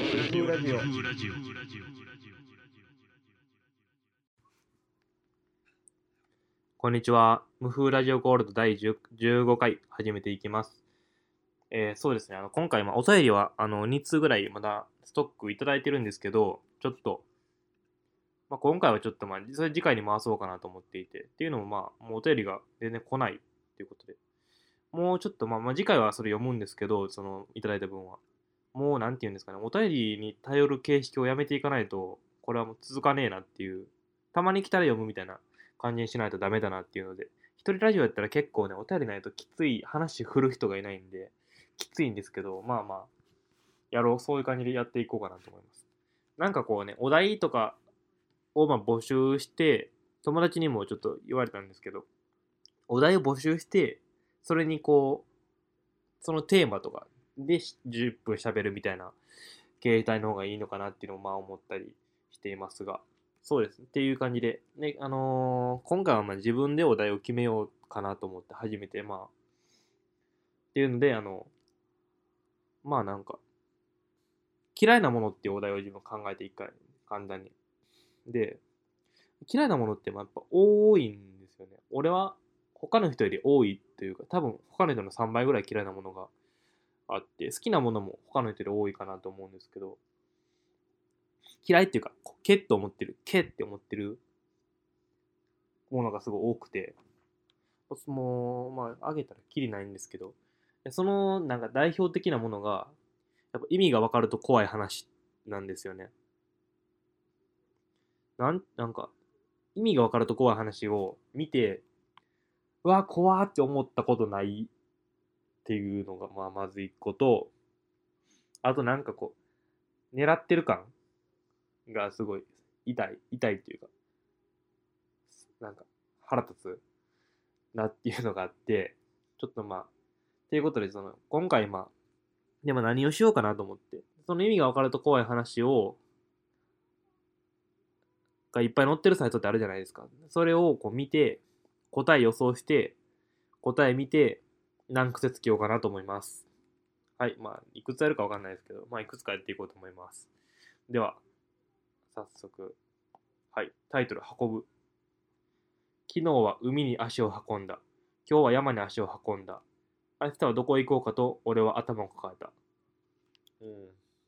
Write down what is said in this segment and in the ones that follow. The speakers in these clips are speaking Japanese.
無風ラジオ。こんにちは。無風ラジオゴールド第15回始めていきます。そうですね。今回お便りは2通ぐらいまだストックいただいてるんですけど、ちょっと、今回はちょっとそれ次回に回そうかなと思っていて、っていうのももうお便りが全然来ないっていうことで、もうちょっと次回はそれ読むんですけど、そのいただいた分は。もうなんていうんですかね、お便りに頼る形式をやめていかないと、これはもう続かねえなっていう、たまに来たら読むみたいな感じにしないとダメだなっていうので、一人ラジオやったら結構ね、お便りないときつい、話振る人がいないんで、きついんですけど、そういう感じでやっていこうかなと思います。なんかこうね、お題とかを募集して、友達にもちょっと言われたんですけど、お題を募集して、それにそのテーマとかで10分喋るみたいな形態の方がいいのかなっていうのを思ったりしていますが、そうですっていう感じで、ね、今回は自分でお題を決めようかなと思って初めて、っていうので、なんか、嫌いなものっていうお題を自分考えて一回、簡単に。で、嫌いなものってやっぱ多いんですよね。俺は他の人より多いというか、多分他の人の3倍ぐらい嫌いなものがあって、好きなものも他の人より多いかなと思うんですけど、嫌いっていうか、けって思ってる、けって思ってるものがすごい多くて、もう、あげたらきりないんですけど、そのなんか代表的なものが、やっぱ意味が分かると怖い話なんですよね。なんか、意味が分かると怖い話を見て、うわ、怖って思ったことないっていうのが、まず一個と、あとなんか狙ってる感がすごい痛いっていうか、なんか腹立つなっていうのがあって、ちょっとっていうことで、今回でも何をしようかなと思って、その意味が分かると怖い話がいっぱい載ってるサイトってあるじゃないですか。それを見て、答え予想して、答え見て、何癖つけようかなと思います。はい、いくつやるか分かんないですけど、いくつかやっていこうと思います。では、早速、はい、タイトル、運ぶ。昨日は海に足を運んだ。今日は山に足を運んだ。明日はどこへ行こうかと俺は頭を抱えた。うん。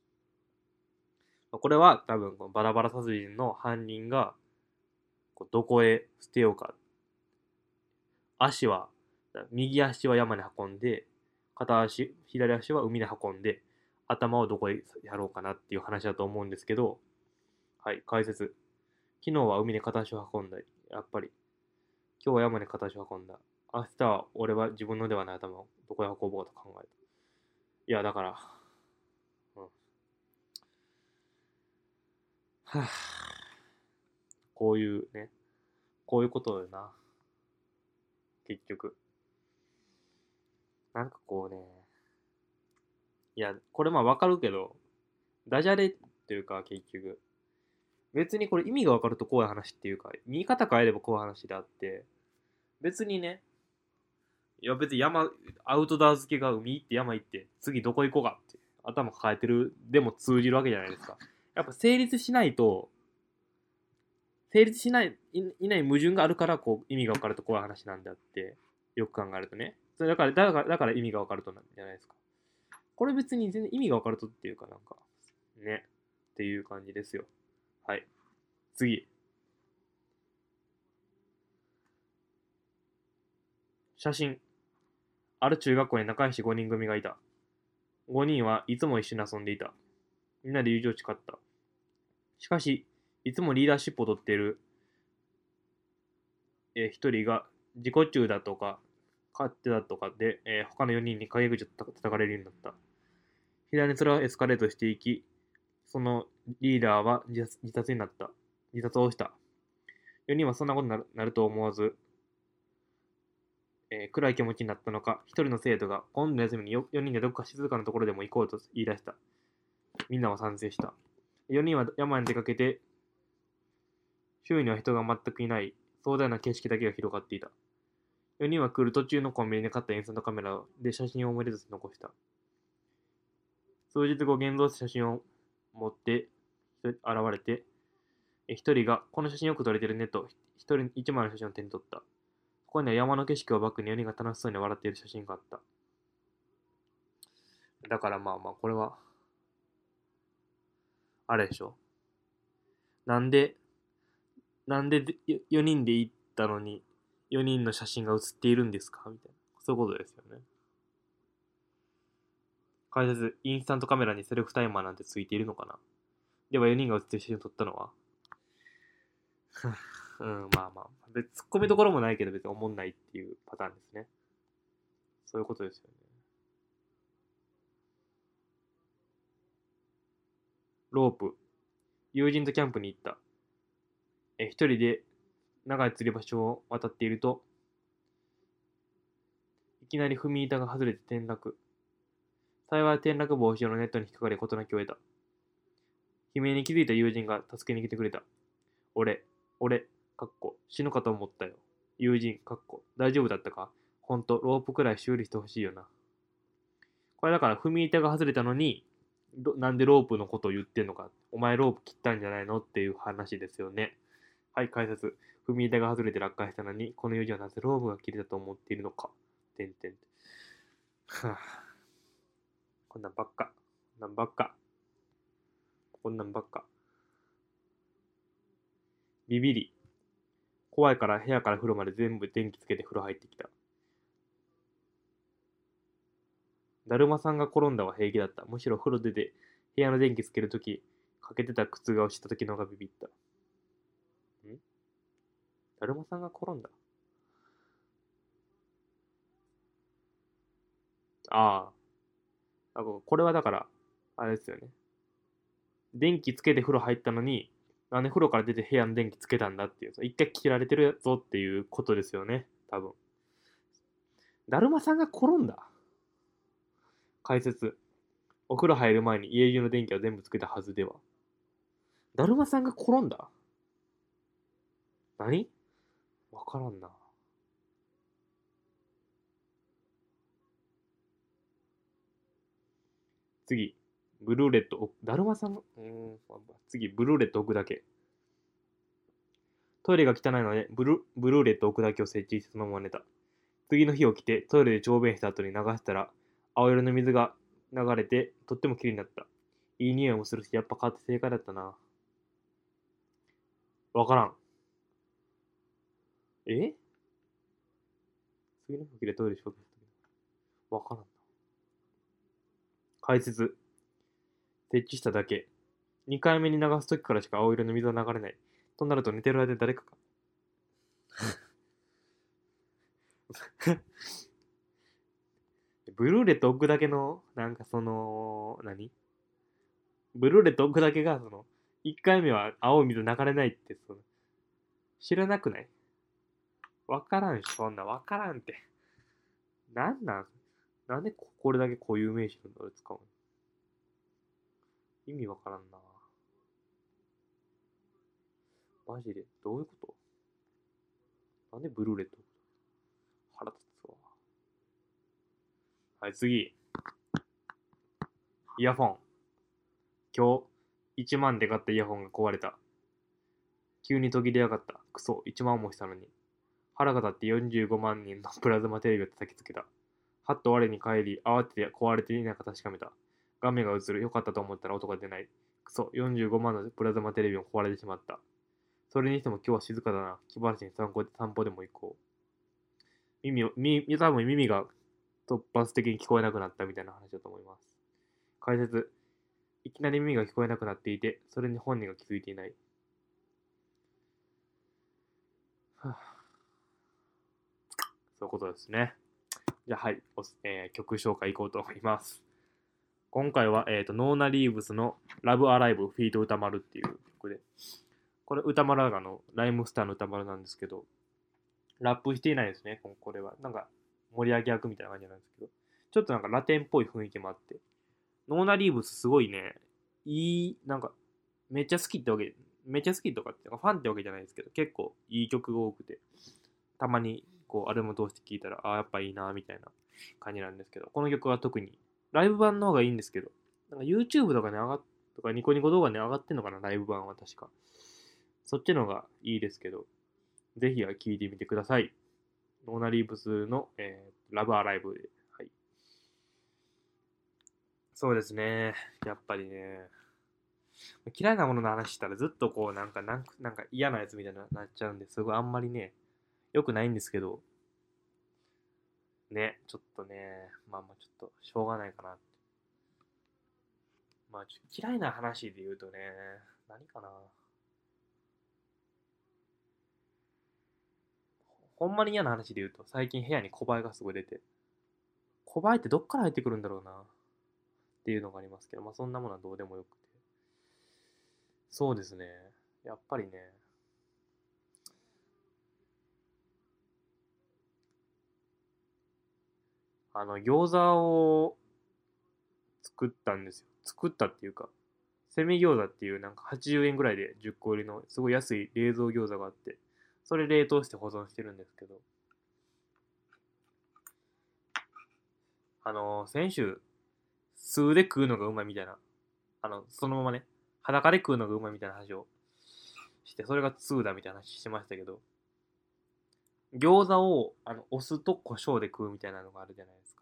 これは多分バラバラ殺人の犯人がどこへ捨てようか。足は、右足は山に運んで、左足は海に運んで、頭をどこへやろうかなっていう話だと思うんですけど、はい、解説。昨日は海に片足を運んだ。やっぱり。今日は山に片足を運んだ。明日は俺は自分のではない頭をどこへ運ぼうと考えた。いや、だから、うん。はぁ、こういうね、こういうことよな。結局。なんかいや、これわかるけど、ダジャレっていうか結局、別にこれ意味がわかると怖い話っていうか、見方変えれば怖い話であって、別にね、いや別にアウトドア付けが海行って山行って、次どこ行こうかって頭抱えてるでも通じるわけじゃないですか。やっぱ成立しないと、成立しない、いない矛盾があるから意味がわかると怖い話なんであって、よく考えるとね。それだから意味がわかるとなんじゃないですか。これ別に全然意味がわかるとっていうかね、っていう感じですよ。はい。次。写真。ある中学校に仲良し5人組がいた。5人はいつも一緒に遊んでいた。みんなで友情誓った。しかし、いつもリーダーシップを取っている1人が自己中だとか、勝手だとかで、他の4人に陰口を叩かれるようになった。左にそれはエスカレートしていき、そのリーダーは自殺になった。自殺をした。4人はそんなことになると思わず、暗い気持ちになったのか、一人の生徒が今度の休みに4人でどこか静かなところでも行こうと言い出した。みんなは賛成した。4人は山に出かけて、周囲には人が全くいない壮大な景色だけが広がっていた。4人は来る途中のコンビニで買ったインスタントカメラで写真を思い出ず残した。数日後、現像した写真を持って現れて、一人が、この写真よく撮れてるねと、一枚の写真を手に取った。ここには山の景色をバックに4人が楽しそうに笑っている写真があった。だからまあまあ、これは、あれでしょ。なんで、4人で行ったのに、4人の写真が写っているんですかみたいな。そういうことですよね。解説、インスタントカメラにセルフタイマーなんてついているのかな。では4人が写ってる写真を撮ったのはうん、まあまあ。突っ込みどころもないけど別に思んないっていうパターンですね。そういうことですよね。ロープ。友人とキャンプに行った。一人で長い吊り橋を渡っていると、いきなり踏み板が外れて転落。幸い転落防止用のネットに引っかかり事なきを得た。悲鳴に気づいた友人が助けに来てくれた。俺、死ぬかと思ったよ。友人、大丈夫だったか。ほんと、ロープくらい修理してほしいよな。これだから踏み板が外れたのに、なんでロープのことを言ってんのか。お前ロープ切ったんじゃないのっていう話ですよね。はい、解説。踏み板が外れて落下したのに、この友人はなぜロープが切れたと思っているのか。てんてん。はぁ、こんなんばっか。こんなんばっか。ビビり。怖いから部屋から風呂まで全部電気つけて風呂入ってきた。だるまさんが転んだは平気だった。むしろ風呂出て部屋の電気つけるとき、かけてた靴が落ちたときの方がビビった。だるまさんが転んだ。ああ。これはだから、あれですよね。電気つけて風呂入ったのに、なんで風呂から出て部屋の電気つけたんだっていう。一回切られてるぞっていうことですよね。多分。だるまさんが転んだ。解説。お風呂入る前に家中の電気は全部つけたはずでは。だるまさんが転んだ。何わからんな。次。ブルーレット、だるまさん、次、ブルーレット置くだけ。トイレが汚いのでブルーレット置くだけを設置してそのまま寝た。次の日起きてトイレで小便した後に流したら、青色の水が流れてとっても綺麗になった。いい匂いもするし、やっぱ買って正解だったな。わからん。え次の日起きてトイレ小便した時わからんな。解説。設置しただけ。2回目に流す時からしか青色の水は流れない。となると寝てる間誰かブルーレット置くだけの、なんかその、ブルーレット置くだけが、1回目は青い水流れないって、知らなくない？わからんし、そんなわからんって。なんでこれだけ固有名詞の使うの？意味わからんな。マジで。どういうこと？なんでブルーレット？腹立つわ。はい、次。イヤフォン。今日、1万で買ったイヤホンが壊れた。急に途切れやがった。クソ、1万もしたのに。腹が立って45万人のプラズマテレビを叩きつけた。はっと我に返り、慌てて壊れていないか確かめた。画面が映る。よかったと思ったら音が出ない。クソ、45万のプラズマテレビも壊れてしまった。それにしても今日は静かだな。気晴らしに散歩でも行こう。多分耳が突発的に聞こえなくなったみたいな話だと思います。解説。いきなり耳が聞こえなくなっていて、それに本人が気づいていない。はあ、そういうことですね。じゃあ、はい、曲紹介いこうと思います。今回は、ノーナ・リーブスのラブ・アライブ・フィート・歌丸っていう曲で、これ歌丸がライムスターの歌丸なんですけど、ラップしていないですね、これは。なんか、盛り上げ役みたいな感じなんですけど、ちょっとなんかラテンっぽい雰囲気もあって、ノーナ・リーブスすごいね、なんか、めっちゃ好きってわけ、めっちゃ好きとかって、ファンってわけじゃないですけど、結構いい曲が多くて、たまにこうアルバム通して聴いたら、やっぱいいなみたいな感じなんですけど、この曲は特に、ライブ版の方がいいんですけど、なんか YouTube とかに上がっとかニコニコ動画に上がってんのかな、ライブ版は確か。そっちの方がいいですけど、ぜひ聞いてみてください。ノーナリーブスの、ラブアライブで。はい。そうですね。やっぱりね、嫌いなものの話したらずっとこうなんか嫌なやつみたいになっちゃうんで、すごいあんまりね、良くないんですけど、ね、ちょっとね、まあまあちょっとしょうがないかな。まあ嫌いな話で言うとね、何かな。ほんまに嫌な話で言うと、最近部屋に小バエがすごい出て、小バエってどっから入ってくるんだろうなっていうのがありますけど、まあそんなものはどうでもよくて。そうですね。やっぱりね、餃子を作ったんですよ。作ったっていうか、セミ餃子っていうなんか80円ぐらいで10個入りのすごい安い冷蔵餃子があって、それ冷凍して保存してるんですけど、先週、素で食うのがうまいみたいな、そのままね、裸で食うのがうまいみたいな話をして、それが2だみたいな話してましたけど、餃子をお酢と胡椒で食うみたいなのがあるじゃないですか。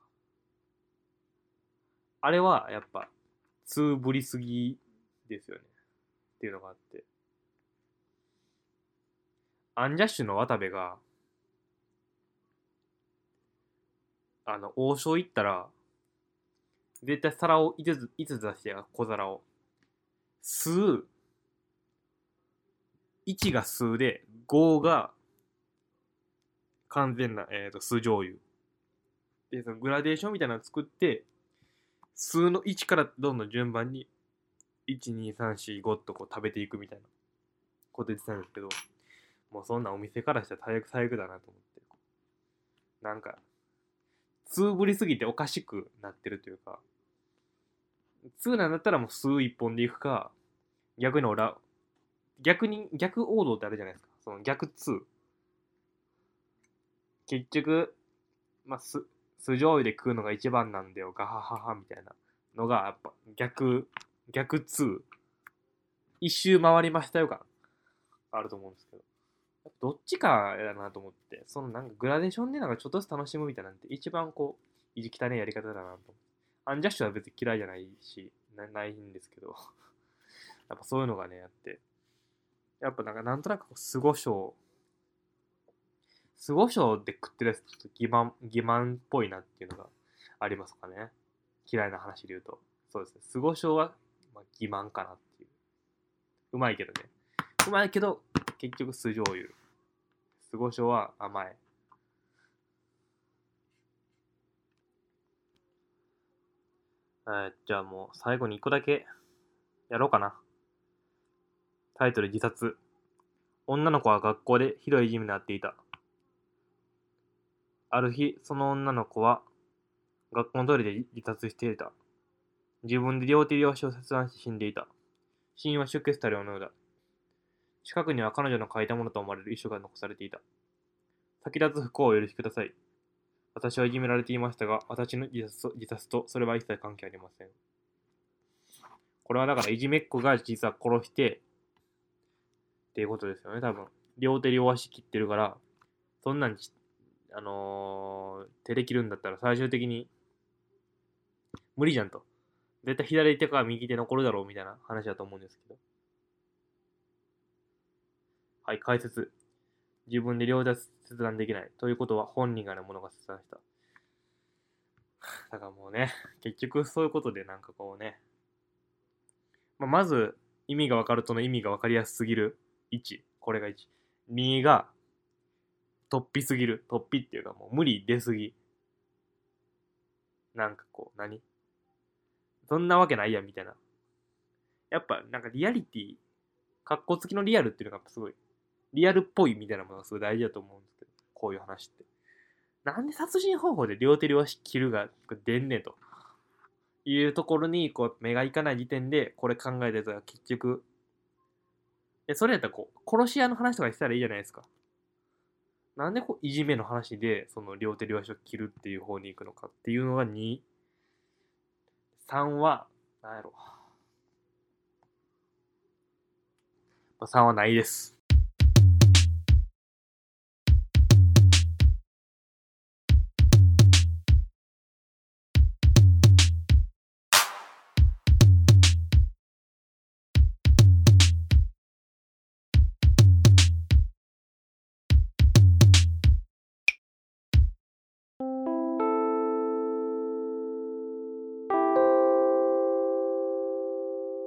あれはやっぱ2ぶりすぎですよねっていうのがあって、アンジャッシュの渡部が王将行ったら絶対皿を5つ出してや、小皿を数1が数で5が完全な、酢醤油で、そのグラデーションみたいなのを作って、数の1からどんどん順番に1、2、3、4、5とこう食べていくみたいなこと言ってたんですけど、もうそんなお店からしたら最悪だなと思って。なんか、通ぶりすぎておかしくなってるというか、通なんだったらもう数一本でいくか、逆に俺は、逆王道ってあるじゃないですか。その逆通。結局、まあ、酢醤油で食うのが一番なんだよ、ガハハハみたいなのが、やっぱ逆通。一周回りましたよ感あると思うんですけど。どっちかやなと思って、そのなんかグラデーションでなんかちょっとずつ楽しむみたいなんて一番こう、意地汚いやり方だなと思って。アンジャッシュは別に嫌いじゃないし、ないんですけど、やっぱそういうのがね、あって、やっぱなんかなんとなく酢胡椒で食ってるやつちょっと欺瞞っぽいなっていうのがありますかね。嫌いな話で言うと。そうですね。酢胡椒は、まあ、欺瞞かなっていう。うまいけどね。うまいけど、結局酢醤油。酢胡椒は甘い。じゃあもう最後に一個だけやろうかな。タイトル自殺。女の子は学校でひどいいじめになっていた。ある日、その女の子は学校のトイレで自殺していた。自分で両手両足を切断して死んでいた。死因は出血多量のようだ。近くには彼女の書いたものと思われる遺書が残されていた。先立つ不幸をお許しください。私はいじめられていましたが、私の自殺とそれは一切関係ありません。これはだからいじめっ子が実は殺してっていうことですよね、多分。両手両足切ってるから、そんなん手で切るんだったら最終的に無理じゃんと。絶対左手か右手残るだろうみたいな話だと思うんですけど。はい、解説。自分で両手切断できない。ということは本人がのものが切断した。だからもうね、結局そういうことでなんかこうね、まず意味が分かるとの意味が分かりやすすぎる。1。これが1。2が突飛すぎる。突飛っていうかもう無理出すぎ。なんかこう、そんなわけないやんみたいな。やっぱなんかリアリティ、カッコつきのリアルっていうのがすごい、リアルっぽいみたいなものがすごい大事だと思うんですけど、こういう話って。なんで殺人方法で両手両足切るが出んねんというところにこう目がいかない時点でこれ考えたやつが結局、それやったらこう、殺し屋の話とかしたらいいじゃないですか。なんでこういじめの話でその両手両足を切るっていう方に行くのかっていうのが2、3は、なんやろ。 3はないです。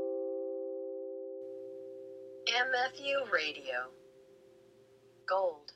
MFU Radio Gold